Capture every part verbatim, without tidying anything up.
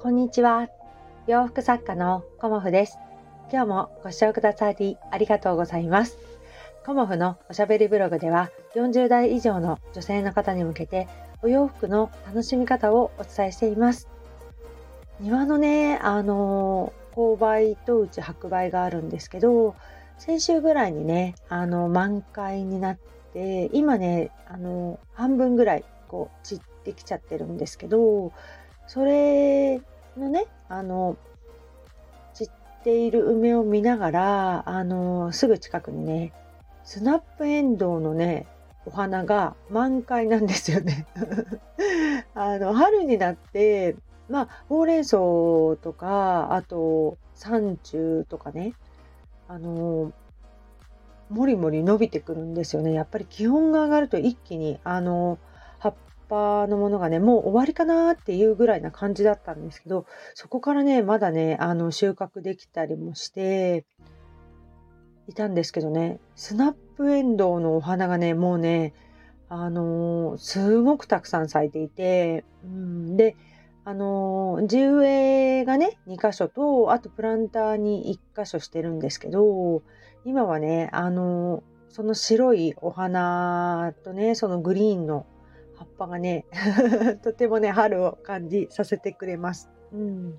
こんにちは。洋服作家のコモフです。今日もご視聴くださりありがとうございます。コモフのおしゃべりブログではよんじゅう代以上の女性の方に向けてお洋服の楽しみ方をお伝えしています。庭のね、あの購買とうち白梅があるんですけど、先週ぐらいにね、あの満開になって、今ね、あの半分ぐらいこう散ってきちゃってるんですけど、それのね、あの散っている梅を見ながら、あのすぐ近くにね、スナップエンドウのね、お花が満開なんですよね。あの春になって、まあほうれん草とか、あと山中とかね、あのもりもり伸びてくるんですよね。やっぱり気温が上がると一気にあの葉っぱのものがね、もう終わりかなっていうぐらいな感じだったんですけど、そこからね、まだね、あの収穫できたりもしていたんですけどね、スナップエンドウのお花がね、もうね、あのーすごくたくさん咲いていて、うん、で、あのー地植えがね、に箇所と、あとプランターにいっ箇所してるんですけど、今はね、あのーその白いお花とね、そのグリーンの葉っぱがね、とてもね、春を感じさせてくれます。うん。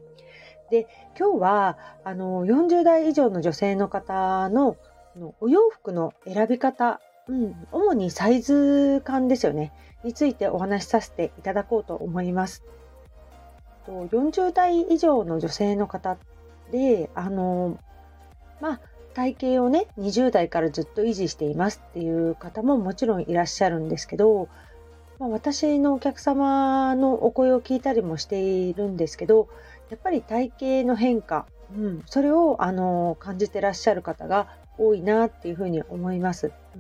で、今日はあのよんじゅう代以上の女性の方ののお洋服の選び方、うん、主にサイズ感ですよね、についてお話しさせていただこうと思います。とよんじゅう代以上の女性の方で、あのまあ体型をねにじゅう代からずっと維持していますっていう方ももちろんいらっしゃるんですけど、まあ、私のお客様のお声を聞いたりもしているんですけど、やっぱり体型の変化、うん、それをあの感じてらっしゃる方が多いなっていうふうに思います。うん、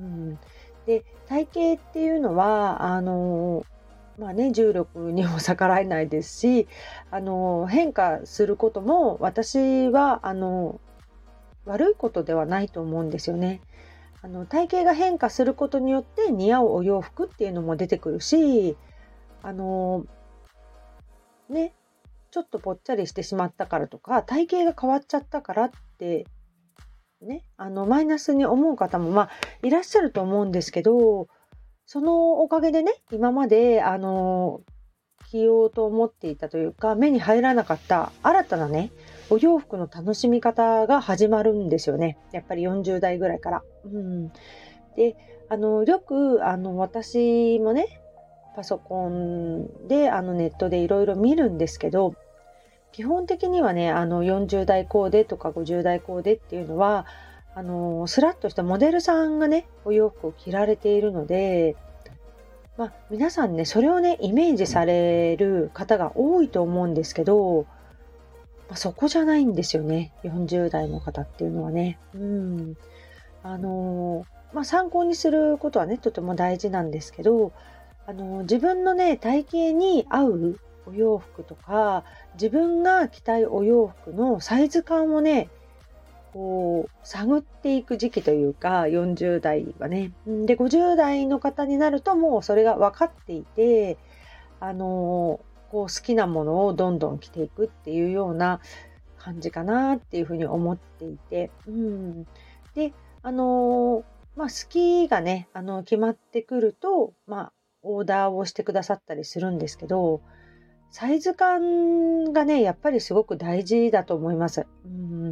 で、体型っていうのはあのまあね、重力にも逆らえないですし、あの変化することも私はあの悪いことではないと思うんですよね。あの体型が変化することによって似合うお洋服っていうのも出てくるし、あのね、ちょっとぽっちゃりしてしまったからとか、体型が変わっちゃったからってね、あのマイナスに思う方もまあいらっしゃると思うんですけど、そのおかげでね、今まであの着ようと思っていたというか、目に入らなかった新たなね、お洋服の楽しみ方が始まるんですよね。やっぱりよんじゅう代ぐらいから。うん、で、あのよくあの私もね、パソコンであのネットでいろいろ見るんですけど、基本的にはね、あのよんじゅう代コーデとかごじゅう代コーデっていうのは、あのスラッとしたモデルさんがね、お洋服を着られているので、まあ、皆さんね、それをね、イメージされる方が多いと思うんですけど、まあ、そこじゃないんですよね、よんじゅう代の方っていうのはね。うん。あのまあ、参考にすることはね、とても大事なんですけど、あの自分のね、体型に合うお洋服とか、自分が着たいお洋服のサイズ感をね、こう探っていく時期というか、よんじゅう代はね。んで、ごじゅう代の方になるともうそれが分かっていて、あのこう好きなものをどんどん着ていくっていうような感じかなっていうふうに思っていて、うん。で、あのまあ、好きがね、あの決まってくると、まあ、オーダーをしてくださったりするんですけど、サイズ感がね、やっぱりすごく大事だと思います。うん。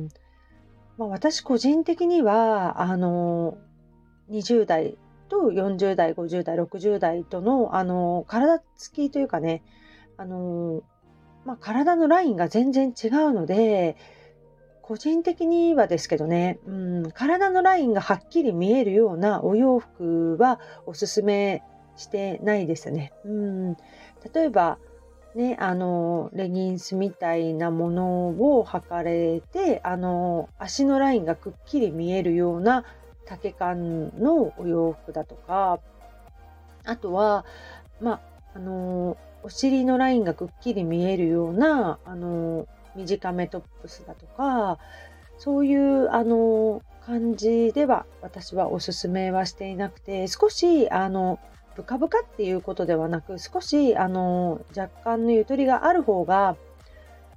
まあ、私個人的には、あの、にじゅう代とよんじゅう代、ごじゅう代、ろくじゅう代との、あの、体つきというかね、あの、まあ、体のラインが全然違うので、個人的にはですけどね、うん、体のラインがはっきり見えるようなお洋服はおすすめしてないですね。うん、例えば、ね、あのレギンスみたいなものを履かれて、あの足のラインがくっきり見えるような丈感のお洋服だとか、あとは、まあ、あのお尻のラインがくっきり見えるような、あの短めトップスだとか、そういうあの感じでは私はおすすめはしていなくて、少しあのブカブカっていうことではなく、少しあの若干のゆとりがある方が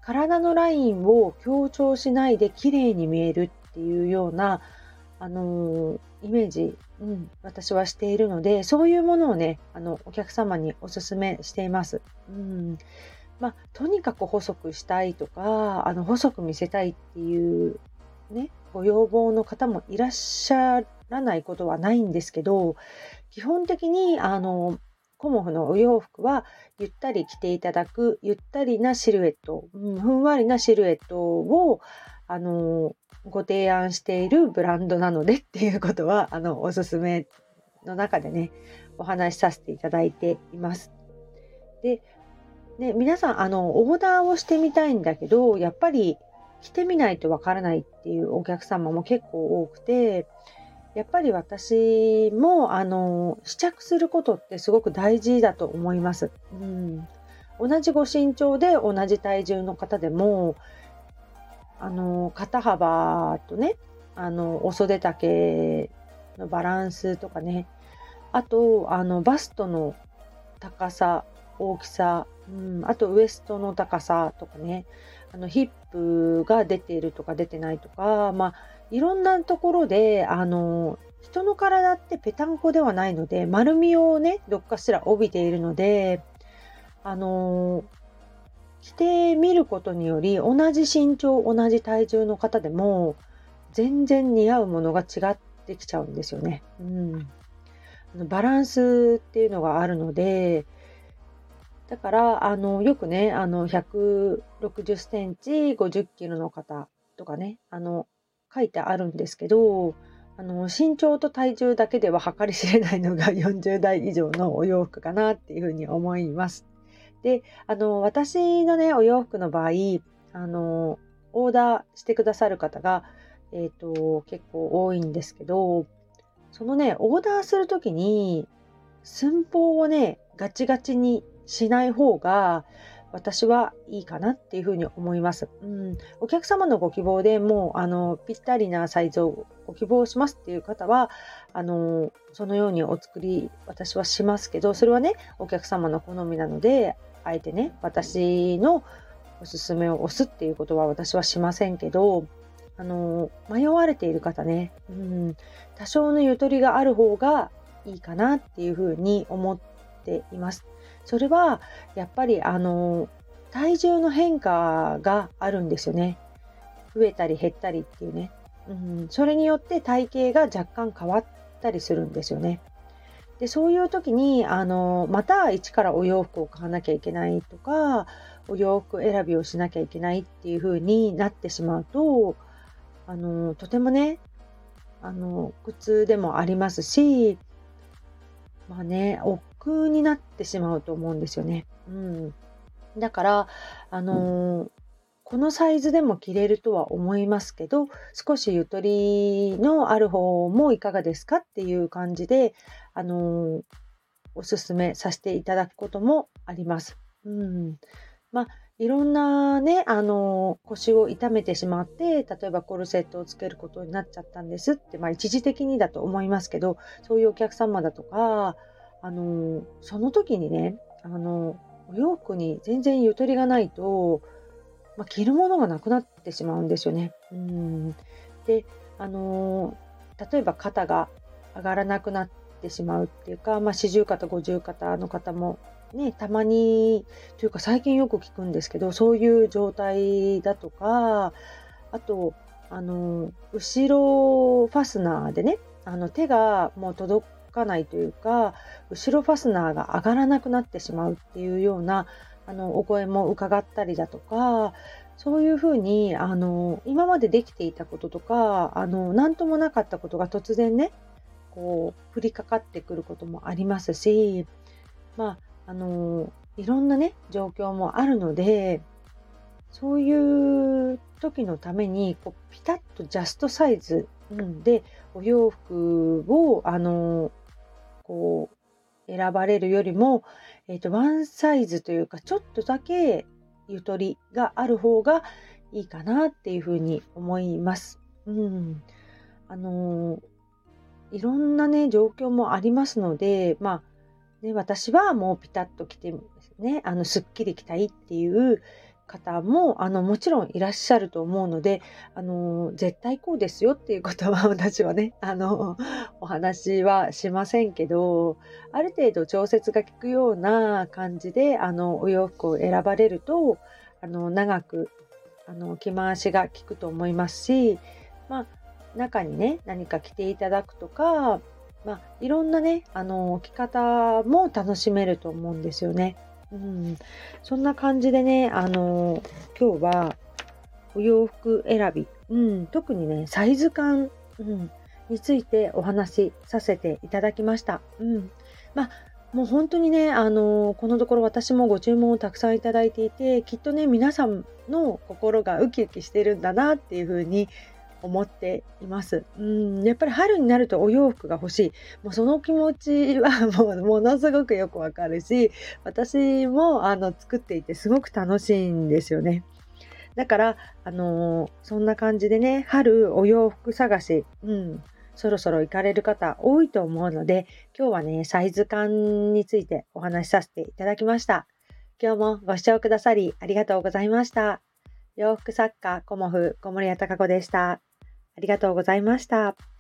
体のラインを強調しないで綺麗に見えるっていうような、あのーイメージ、うん、私はしているので、そういうものをね、あのお客様におすすめしています。うん、まあ、とにかく細くしたいとか、あの細く見せたいっていうね、ご要望の方もいらっしゃらないことはないんですけど、基本的にあのコモフのお洋服はゆったり着ていただくゆったりなシルエット、うん、ふんわりなシルエットをあのご提案しているブランドなのでっていうことはあのおすすめの中でねお話しさせていただいています。で、ね、皆さんあのオーダーをしてみたいんだけどやっぱり着てみないとわからないっていうお客様も結構多くて、やっぱり私もあの試着することってすごく大事だと思います。うん、同じご身長で同じ体重の方でもあの肩幅とね、あのお袖丈のバランスとかね、あとあのバストの高さ、大きさ、うん、あとウエストの高さとかね、あのヒップが出ているとか出てないとか、まあいろんなところであの人の体ってぺたんこではないので、丸みをねどっかしら帯びているので、あの着てみることにより同じ身長同じ体重の方でも全然似合うものが違ってきちゃうんですよね。うん、バランスっていうのがあるので、だからあのよくねあのひゃくろくじゅっセンチごじゅっキロの方とかねあの書いてあるんですけど、あの身長と体重だけでは計り知れないのがよんじゅう代以上のお洋服かなっていうふうに思います。で、あの私のねお洋服の場合、あのオーダーしてくださる方が、えーと、結構多いんですけど、そのねオーダーするときに寸法をねガチガチにしない方が私はいいかなっていうふうに思います。うん、お客様のご希望でもうあのぴったりなサイズをご希望しますっていう方はあのそのようにお作り私はしますけど、それはねお客様の好みなので、あえてね私のおすすめを押すっていうことは私はしませんけど、あの迷われている方ね、うん、多少のゆとりがある方がいいかなっていうふうに思っています。それはやっぱりあの体重の変化があるんですよね。増えたり減ったりっていうね、うん、それによって体型が若干変わったりするんですよね。で、そういう時にあのまた一からお洋服を買わなきゃいけないとか、お洋服選びをしなきゃいけないっていう風になってしまうと、あのとてもねあの苦痛でもありますし、まあね、億劫になってしまうと思うんですよね。うん。だから、あのーこのサイズでも着れるとは思いますけど、少しゆとりのある方もいかがですかっていう感じで、あのーおすすめさせていただくこともあります。うん。まあ、いろんなね、あのー腰を痛めてしまって、例えばコルセットをつけることになっちゃったんですって、まあ一時的にだと思いますけど、そういうお客様だとか、あのーその時にね、あのーお洋服に全然ゆとりがないと、まあ、着るものがなくなってしまうんですよね。うん。で、あのー例えば肩が上がらなくなってしまうっていうか、まあ、四十肩、五十肩の方もね、たまに、というか最近よく聞くんですけど、そういう状態だとか、あと、あの、後ろファスナーでね、あの手がもう届かないというか、後ろファスナーが上がらなくなってしまうっていうような、あの、お声も伺ったりだとか、そういうふうに、あの、今までできていたこととか、あの、なんともなかったことが突然ね、こう、降りかかってくることもありますし、まあ、あの、いろんなね、状況もあるので、そういう時のために、こう、ピタッとジャストサイズ、うん、で、お洋服を、あの、こう、選ばれるよりも、えっと、ワンサイズというか、ちょっとだけゆとりがある方がいいかなっていうふうに思います。うん。あの、いろんなね、状況もありますので、まあ、ね、私はもうピタッと着てね、あの、すっきり着たいっていう方もあのもちろんいらっしゃると思うので、あの絶対こうですよっていうことは私はねあのお話はしませんけど、ある程度調節が効くような感じであのお洋服を選ばれるとあの長くあの着回しが効くと思いますし、まあ、中にね何か着ていただくとか、まあ、いろんなねあの着方も楽しめると思うんですよね。うん、そんな感じでね、あの今日はお洋服選び、うん、特にねサイズ感、うん、についてお話しさせていただきました。うん、まあもう本当にね、あのこのところ私もご注文をたくさんいただいていて、きっとね皆さんの心がウキウキしてるんだなっていう風に思っています。うん、やっぱり春になるとお洋服が欲しい。もうその気持ちはもうものすごくよくわかるし、私もあの作っていてすごく楽しいんですよね。だから、あのーそんな感じでね、春お洋服探し、うん、そろそろ行かれる方多いと思うので、今日はね、サイズ感についてお話しさせていただきました。今日もご視聴くださりありがとうございました。洋服作家コモフ小森屋隆子でした。ありがとうございました。